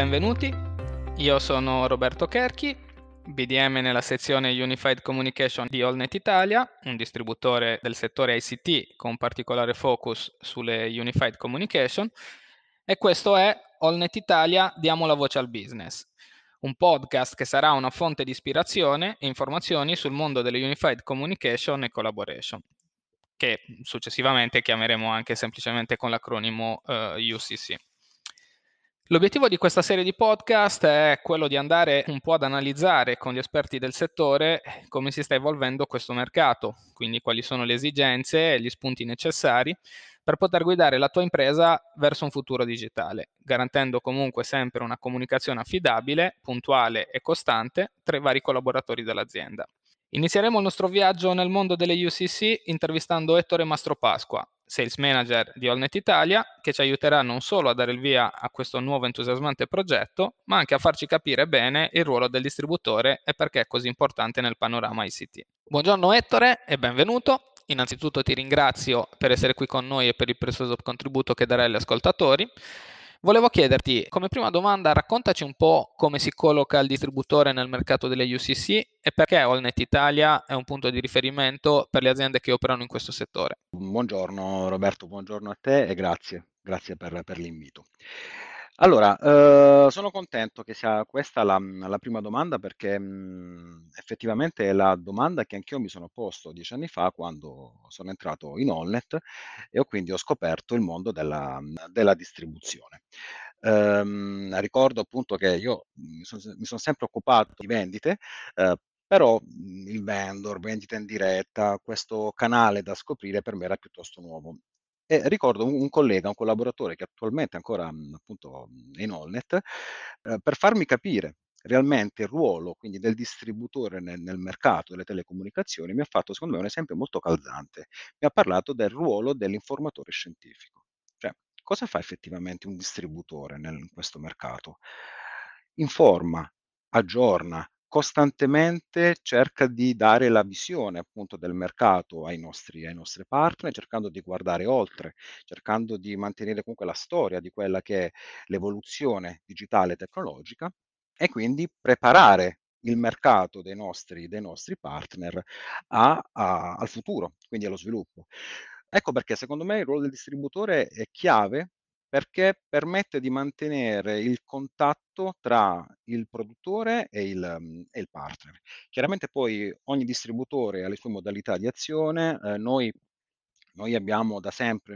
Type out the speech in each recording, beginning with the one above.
benvenuti. Io sono Roberto Kerchi, BDM nella sezione Unified Communication di AllNet Italia, un distributore del settore ICT con particolare focus sulle Unified Communication, e questo è AllNet Italia Diamo la voce al business, un podcast che sarà una fonte di ispirazione e informazioni sul mondo delle Unified Communication e Collaboration, che successivamente chiameremo anche semplicemente con l'acronimo UCC. L'obiettivo di questa serie di podcast è quello di andare un po' ad analizzare con gli esperti del settore come si sta evolvendo questo mercato, quindi quali sono le esigenze e gli spunti necessari per poter guidare la tua impresa verso un futuro digitale, garantendo comunque sempre una comunicazione affidabile, puntuale e costante tra i vari collaboratori dell'azienda. Inizieremo il nostro viaggio nel mondo delle UCC intervistando Ettore Mastropasqua, Sales Manager di AllNet Italia, che ci aiuterà non solo a dare il via a questo nuovo entusiasmante progetto, ma anche a farci capire bene il ruolo del distributore e perché è così importante nel panorama ICT. Buongiorno Ettore e benvenuto. Innanzitutto ti ringrazio per essere qui con noi e per il prezioso contributo che darai agli ascoltatori. Volevo chiederti, come prima domanda, raccontaci un po' come si colloca il distributore nel mercato delle UCC e perché AllNet Italia è un punto di riferimento per le aziende che operano in questo settore. Buongiorno Roberto, buongiorno a te e grazie per l'invito. Allora, sono contento che sia questa la prima domanda perché effettivamente è la domanda che anch'io mi sono posto 10 anni fa quando sono entrato in Allnet e quindi ho scoperto il mondo della distribuzione. Ricordo appunto che io mi sono sempre occupato di vendite, però il vendor, vendita in diretta, questo canale da scoprire per me era piuttosto nuovo. E ricordo un collega, un collaboratore che attualmente ancora appunto è in Allnet, per farmi capire realmente il ruolo quindi del distributore nel mercato delle telecomunicazioni, mi ha fatto secondo me un esempio molto calzante. Mi ha parlato del ruolo dell'informatore scientifico. Cioè, cosa fa effettivamente un distributore in questo mercato? Informa, aggiorna, costantemente cerca di dare la visione appunto del mercato ai nostri partner, cercando di guardare oltre, cercando di mantenere comunque la storia di quella che è l'evoluzione digitale e tecnologica e quindi preparare il mercato dei nostri partner al futuro, quindi allo sviluppo. Ecco perché secondo me il ruolo del distributore è chiave perché permette di mantenere il contatto tra il produttore e il partner. Chiaramente poi ogni distributore ha le sue modalità di azione, noi abbiamo da sempre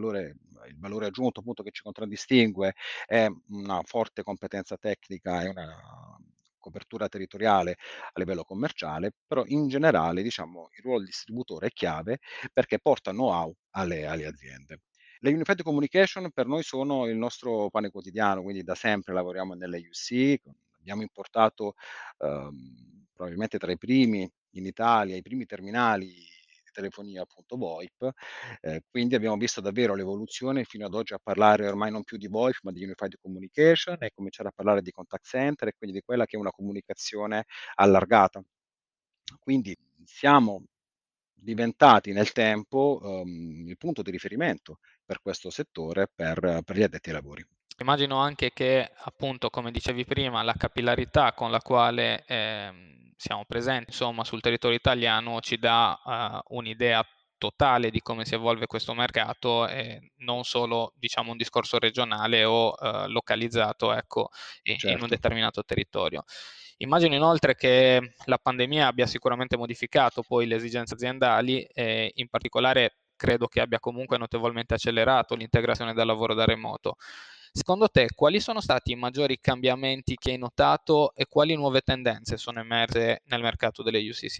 il valore aggiunto appunto che ci contraddistingue è una forte competenza tecnica e una copertura territoriale a livello commerciale, però in generale diciamo il ruolo del distributore è chiave perché porta know-how alle aziende. Le Unified Communication per noi sono il nostro pane quotidiano, quindi da sempre lavoriamo nelle UC, abbiamo importato probabilmente tra i primi in Italia, i primi terminali di telefonia appunto VoIP, quindi abbiamo visto davvero l'evoluzione fino ad oggi a parlare ormai non più di VoIP, ma di Unified Communication e cominciare a parlare di contact center e quindi di quella che è una comunicazione allargata. Quindi siamo diventati nel tempo, il punto di riferimento per questo settore per gli addetti ai lavori. Immagino anche che, appunto, come dicevi prima, la capillarità con la quale siamo presenti, insomma, sul territorio italiano ci dà un'idea totale di come si evolve questo mercato e non solo, diciamo, un discorso regionale o localizzato, ecco, in un Certo. determinato territorio. Immagino inoltre che la pandemia abbia sicuramente modificato poi le esigenze aziendali e in particolare credo che abbia comunque notevolmente accelerato l'integrazione del lavoro da remoto. Secondo te, quali sono stati i maggiori cambiamenti che hai notato e quali nuove tendenze sono emerse nel mercato delle UCC?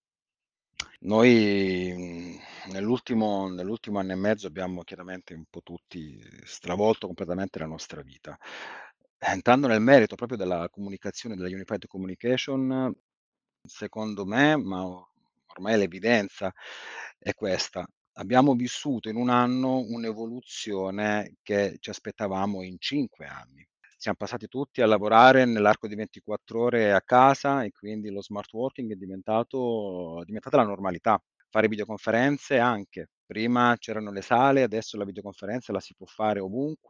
Noi, nell'ultimo anno e mezzo abbiamo chiaramente un po' tutti stravolto completamente la nostra vita. Entrando nel merito proprio della comunicazione, della Unified Communication, secondo me, ma ormai l'evidenza è questa: abbiamo vissuto in 1 anno un'evoluzione che ci aspettavamo in 5 anni. Siam passati tutti a lavorare nell'arco di 24 ore a casa e quindi lo smart working è diventata la normalità. Fare videoconferenze anche. Prima c'erano le sale, adesso la videoconferenza la si può fare ovunque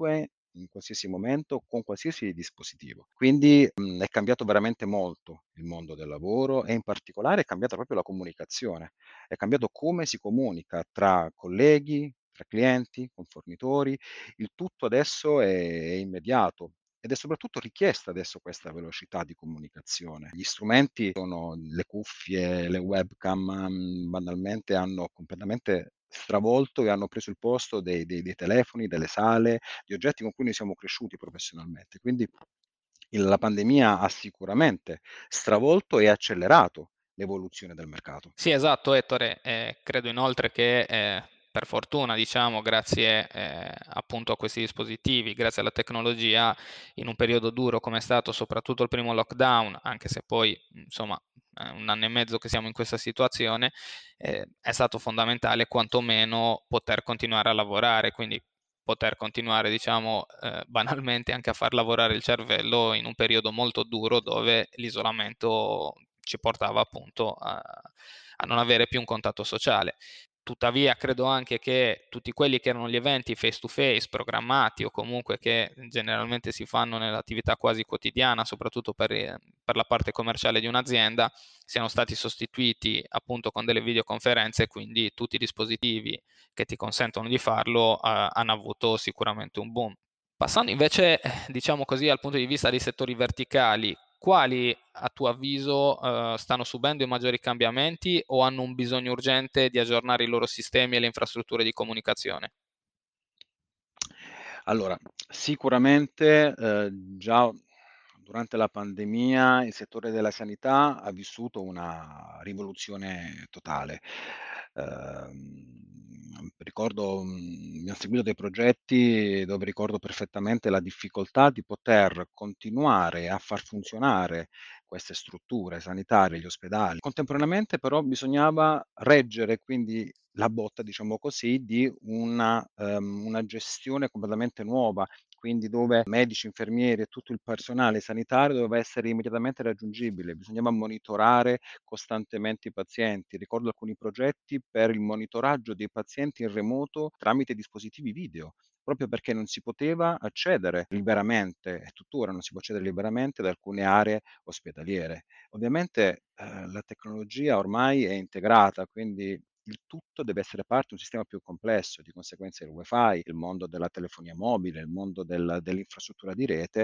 in qualsiasi momento, con qualsiasi dispositivo. Quindi, è cambiato veramente molto il mondo del lavoro e in particolare è cambiata proprio la comunicazione. È cambiato come si comunica tra colleghi, tra clienti, con fornitori, il tutto adesso è immediato ed è soprattutto richiesta adesso questa velocità di comunicazione. Gli strumenti sono le cuffie, le webcam, banalmente hanno completamente stravolto e hanno preso il posto dei telefoni, delle sale, di oggetti con cui noi siamo cresciuti professionalmente. Quindi la pandemia ha sicuramente stravolto e accelerato l'evoluzione del mercato. Sì, esatto Ettore, credo inoltre che, per fortuna diciamo, grazie, appunto a questi dispositivi, grazie alla tecnologia, in un periodo duro come è stato soprattutto il primo lockdown, anche se poi, insomma, è 1 anno e mezzo che siamo in questa situazione, è stato fondamentale quantomeno poter continuare a lavorare, quindi poter continuare diciamo, banalmente anche a far lavorare il cervello in un periodo molto duro dove l'isolamento ci portava appunto a non avere più un contatto sociale. Tuttavia credo anche che tutti quelli che erano gli eventi face to face programmati o comunque che generalmente si fanno nell'attività quasi quotidiana, soprattutto per la parte commerciale di un'azienda, siano stati sostituiti appunto con delle videoconferenze, quindi tutti i dispositivi che ti consentono di farlo hanno avuto sicuramente un boom. Passando invece, diciamo così, al punto di vista dei settori verticali, quali a tuo avviso, stanno subendo i maggiori cambiamenti o hanno un bisogno urgente di aggiornare i loro sistemi e le infrastrutture di comunicazione? Allora, sicuramente, già durante la pandemia il settore della sanità ha vissuto una rivoluzione totale. Ricordo abbiam seguito dei progetti dove ricordo perfettamente la difficoltà di poter continuare a far funzionare queste strutture sanitarie, gli ospedali. Contemporaneamente però bisognava reggere quindi la botta, diciamo così, di una gestione completamente nuova, quindi dove medici, infermieri e tutto il personale sanitario doveva essere immediatamente raggiungibile, bisognava monitorare costantemente i pazienti. Ricordo alcuni progetti per il monitoraggio dei pazienti in remoto tramite dispositivi video, proprio perché non si poteva accedere liberamente, e tuttora non si può accedere liberamente ad alcune aree ospedaliere. Ovviamente, la tecnologia ormai è integrata, quindi il tutto deve essere parte di un sistema più complesso, di conseguenza il wifi, il mondo della telefonia mobile, il mondo dell'infrastruttura di rete,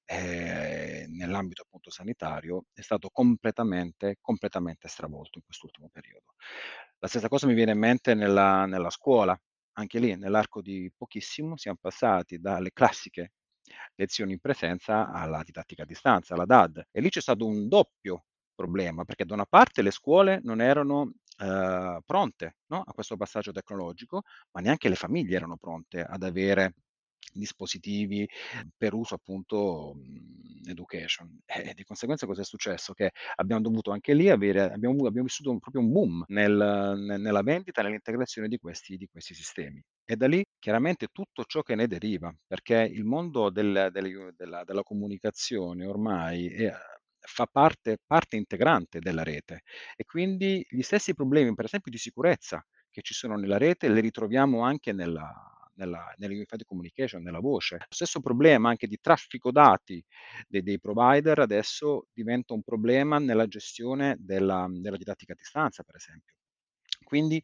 nell'ambito appunto sanitario, è stato completamente stravolto in quest'ultimo periodo. La stessa cosa mi viene in mente nella scuola. Anche lì, nell'arco di pochissimo, siam passati dalle classiche lezioni in presenza alla didattica a distanza, alla DAD. E lì c'è stato un doppio problema, perché da una parte le scuole non erano, pronte, no, a questo passaggio tecnologico, ma neanche le famiglie erano pronte ad avere dispositivi per uso appunto, education. E di conseguenza cosa è successo? Che abbiamo dovuto anche lì abbiamo vissuto proprio un boom nella vendita e nell'integrazione di questi sistemi. E da lì chiaramente tutto ciò che ne deriva, perché il mondo della comunicazione ormai fa parte integrante della rete e quindi gli stessi problemi, per esempio di sicurezza che ci sono nella rete, le ritroviamo anche nell'unified communication, nella voce. Lo stesso problema anche di traffico dati dei provider adesso diventa un problema nella gestione della didattica a distanza, per esempio. Quindi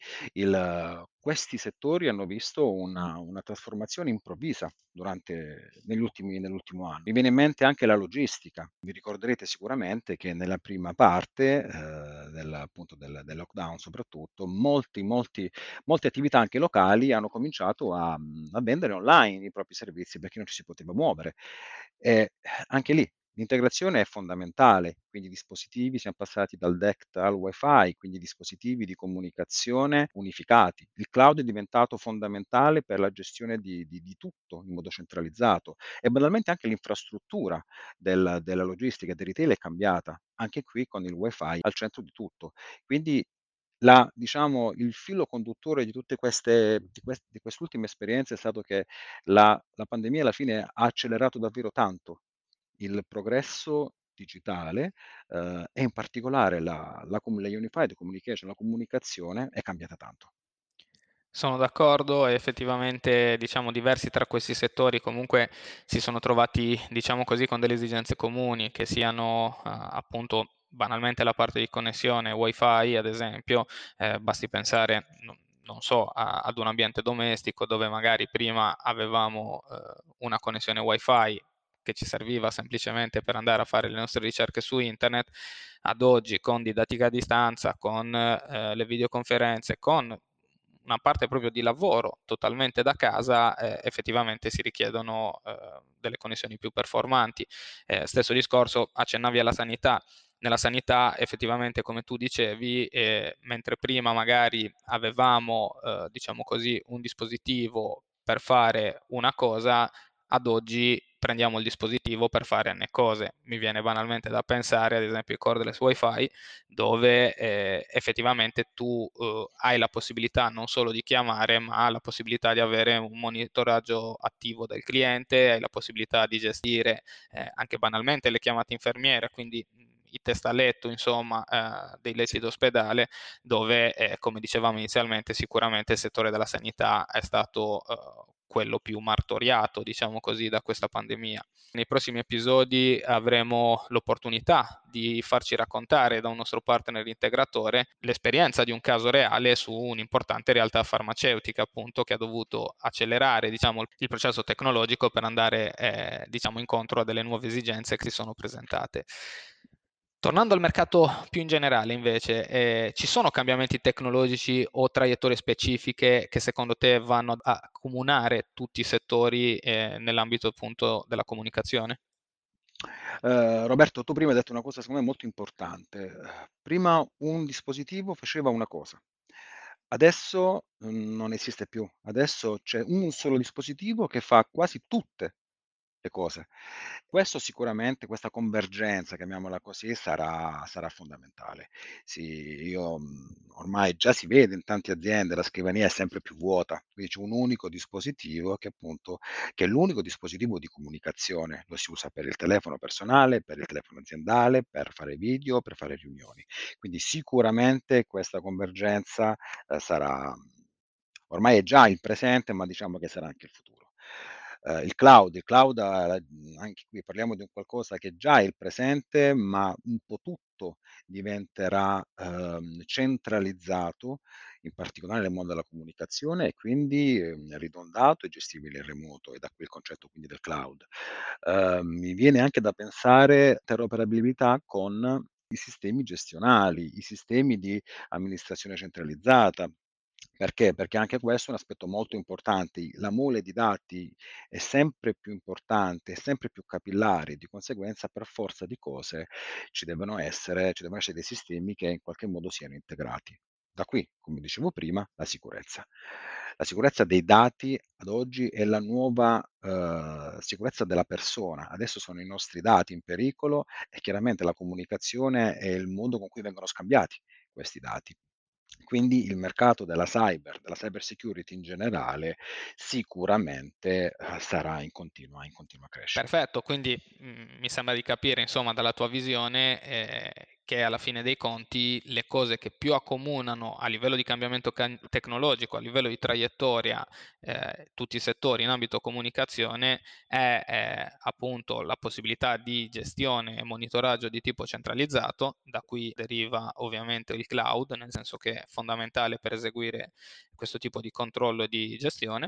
questi settori hanno visto una trasformazione improvvisa nell'ultimo anno. Mi viene in mente anche la logistica. Vi ricorderete sicuramente che nella prima parte, appunto del lockdown soprattutto, molte attività anche locali hanno cominciato a vendere online i propri servizi perché non ci si poteva muovere. Anche lì l'integrazione è fondamentale, quindi i dispositivi siam passati dal DECT al Wi-Fi, quindi dispositivi di comunicazione unificati. Il cloud è diventato fondamentale per la gestione di tutto in modo centralizzato e banalmente anche l'infrastruttura della logistica e del retail è cambiata, anche qui con il Wi-Fi al centro di tutto. Quindi diciamo, il filo conduttore di tutte di quest'ultima esperienza è stato che la pandemia alla fine ha accelerato davvero tanto il progresso digitale, e in particolare la unified communication, la comunicazione è cambiata tanto. Sono d'accordo e effettivamente, diciamo, diversi tra questi settori comunque si sono trovati, diciamo così, con delle esigenze comuni, che siano, appunto, banalmente la parte di connessione Wi-Fi ad esempio, basti pensare, non so, ad un ambiente domestico dove magari prima avevamo, una connessione Wi-Fi che ci serviva semplicemente per andare a fare le nostre ricerche su internet, ad oggi con didattica a distanza, con le videoconferenze, con una parte proprio di lavoro totalmente da casa, effettivamente si richiedono delle connessioni più performanti. Stesso discorso, accennavi alla sanità. Nella sanità effettivamente, come tu dicevi, mentre prima magari avevamo, diciamo così, un dispositivo per fare una cosa, ad oggi prendiamo il dispositivo per fare n cose. Mi viene banalmente da pensare, ad esempio, ai cordless Wi-Fi, dove effettivamente tu hai la possibilità non solo di chiamare, ma la possibilità di avere un monitoraggio attivo del cliente, hai la possibilità di gestire anche banalmente le chiamate infermiere, quindi i test a letto, insomma, dei letti Sì. d'ospedale, dove, come dicevamo inizialmente, sicuramente il settore della sanità è stato quello più martoriato, diciamo così, da questa pandemia. Nei prossimi episodi avremo l'opportunità di farci raccontare da un nostro partner integratore l'esperienza di un caso reale su un'importante realtà farmaceutica, appunto, che ha dovuto accelerare, diciamo, il processo tecnologico per andare, diciamo, incontro a delle nuove esigenze che si sono presentate. Tornando al mercato più in generale invece, ci sono cambiamenti tecnologici o traiettorie specifiche che secondo te vanno a accomunare tutti i settori, nell'ambito appunto della comunicazione? Roberto, tu prima hai detto una cosa secondo me molto importante. Prima un dispositivo faceva una cosa, adesso non esiste più. Adesso c'è un solo dispositivo che fa quasi tutte le cose. Questo sicuramente, questa convergenza, chiamiamola così, sarà fondamentale. Sì, io ormai già si vede in tante aziende, la scrivania è sempre più vuota, quindi c'è un unico dispositivo che è l'unico dispositivo di comunicazione. Lo si usa per il telefono personale, per il telefono aziendale, per fare video, per fare riunioni. Quindi sicuramente questa convergenza sarà, ormai è già il presente, ma diciamo che sarà anche il futuro. Il cloud, anche qui parliamo di un qualcosa che già è il presente, ma un po' tutto diventerà centralizzato, in particolare nel mondo della comunicazione, e quindi ridondato e gestibile in remoto, e da qui il concetto quindi del cloud. Mi viene anche da pensare interoperabilità con i sistemi gestionali, i sistemi di amministrazione centralizzata. Perché? Perché anche questo è un aspetto molto importante. La mole di dati è sempre più importante, è sempre più capillare, di conseguenza per forza di cose ci devono essere dei sistemi che in qualche modo siano integrati. Da qui, come dicevo prima, la sicurezza. La sicurezza dei dati ad oggi è la nuova, sicurezza della persona. Adesso sono i nostri dati in pericolo, e chiaramente la comunicazione è il modo con cui vengono scambiati questi dati. Quindi il mercato della cyber security in generale sicuramente, sarà in continua crescita. Perfetto, quindi, mi sembra di capire insomma dalla tua visione, che alla fine dei conti le cose che più accomunano a livello di cambiamento tecnologico, a livello di traiettoria, tutti i settori in ambito comunicazione è, appunto la possibilità di gestione e monitoraggio di tipo centralizzato, da cui deriva ovviamente il cloud, nel senso che è fondamentale per eseguire questo tipo di controllo e di gestione.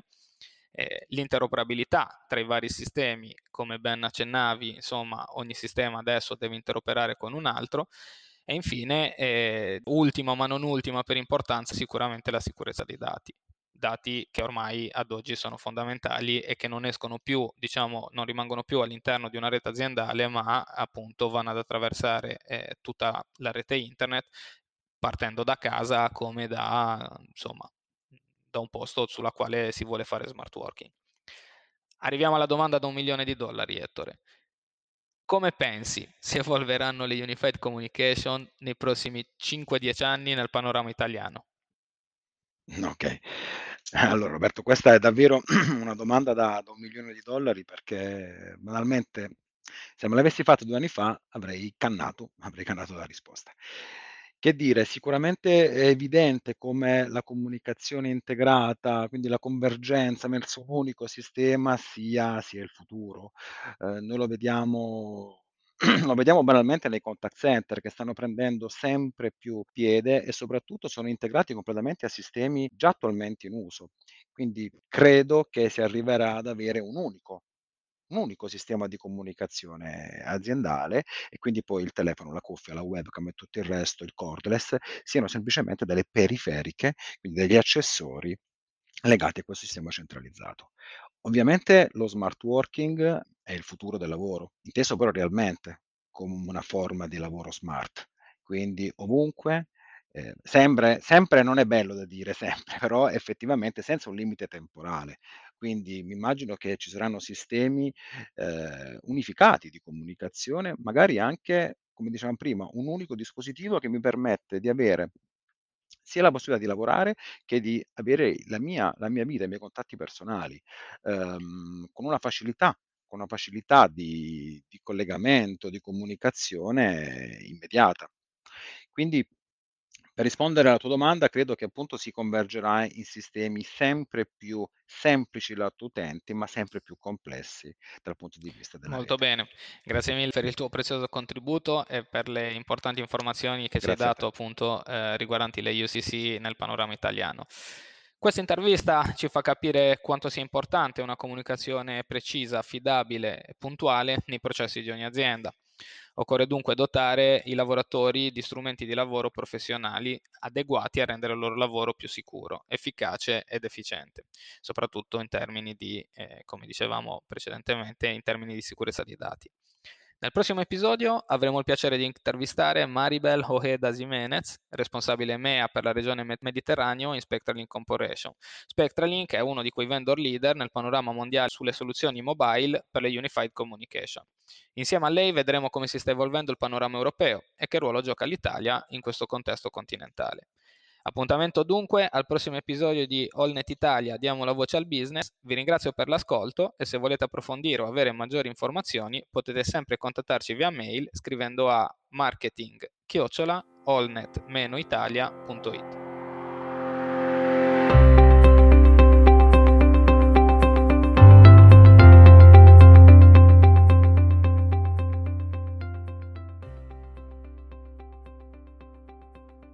L'interoperabilità tra i vari sistemi, come ben accennavi, insomma, ogni sistema adesso deve interoperare con un altro. E infine, ultima ma non ultima per importanza, sicuramente la sicurezza dei dati. Dati che ormai ad oggi sono fondamentali e che non escono più, diciamo, non rimangono più all'interno di una rete aziendale, ma appunto vanno ad attraversare tutta la rete internet, partendo da casa come da, insomma, da un posto sulla quale si vuole fare smart working. Arriviamo alla domanda da $1.000.000, Ettore. Come pensi si evolveranno le Unified Communication nei prossimi 5-10 anni nel panorama italiano? Okay. Allora Roberto, questa è davvero una domanda da $1.000.000, perché banalmente se me l'avessi fatta 2 anni fa avrei cannato la risposta. Che dire, sicuramente è evidente come la comunicazione integrata, quindi la convergenza verso un unico sistema sia il futuro. Noi lo vediamo lo vediamo banalmente nei contact center che stanno prendendo sempre più piede e soprattutto sono integrati completamente a sistemi già attualmente in uso. Quindi credo che si arriverà ad avere un unico sistema di comunicazione aziendale e quindi poi il telefono, la cuffia, la webcam e tutto il resto, il cordless, siano semplicemente delle periferiche, quindi degli accessori legati a questo sistema centralizzato. Ovviamente lo smart working è il futuro del lavoro, inteso però realmente come una forma di lavoro smart, quindi ovunque, sempre non è bello da dire sempre, però effettivamente senza un limite temporale. Quindi mi immagino che ci saranno sistemi, unificati di comunicazione, magari anche, come dicevamo prima, un unico dispositivo che mi permette di avere sia la possibilità di lavorare che di avere la mia vita, i miei contatti personali, con una facilità di collegamento, di comunicazione immediata. Quindi, per rispondere alla tua domanda, credo che appunto si convergerà in sistemi sempre più semplici lato utente, ma sempre più complessi dal punto di vista della Molto rete. bene, grazie mille per il tuo prezioso contributo e per le importanti informazioni che ci hai Grazie a dato te. appunto riguardanti le UCC nel panorama italiano. Questa intervista ci fa capire quanto sia importante una comunicazione precisa, affidabile e puntuale nei processi di ogni azienda. Occorre dunque dotare i lavoratori di strumenti di lavoro professionali adeguati a rendere il loro lavoro più sicuro, efficace ed efficiente, soprattutto in termini di, come dicevamo precedentemente, in termini di sicurezza dei dati. Nel prossimo episodio avremo il piacere di intervistare Maribel Ojeda Jimenez, responsabile MEA per la regione Mediterraneo in Spectralink Corporation. Spectralink è uno di quei vendor leader nel panorama mondiale sulle soluzioni mobile per le Unified Communication. Insieme a lei vedremo come si sta evolvendo il panorama europeo e che ruolo gioca l'Italia in questo contesto continentale. Appuntamento dunque al prossimo episodio di AllNet Italia, diamo la voce al business. Vi ringrazio per l'ascolto e se volete approfondire o avere maggiori informazioni potete sempre contattarci via mail scrivendo a marketing@allnet-italia.it.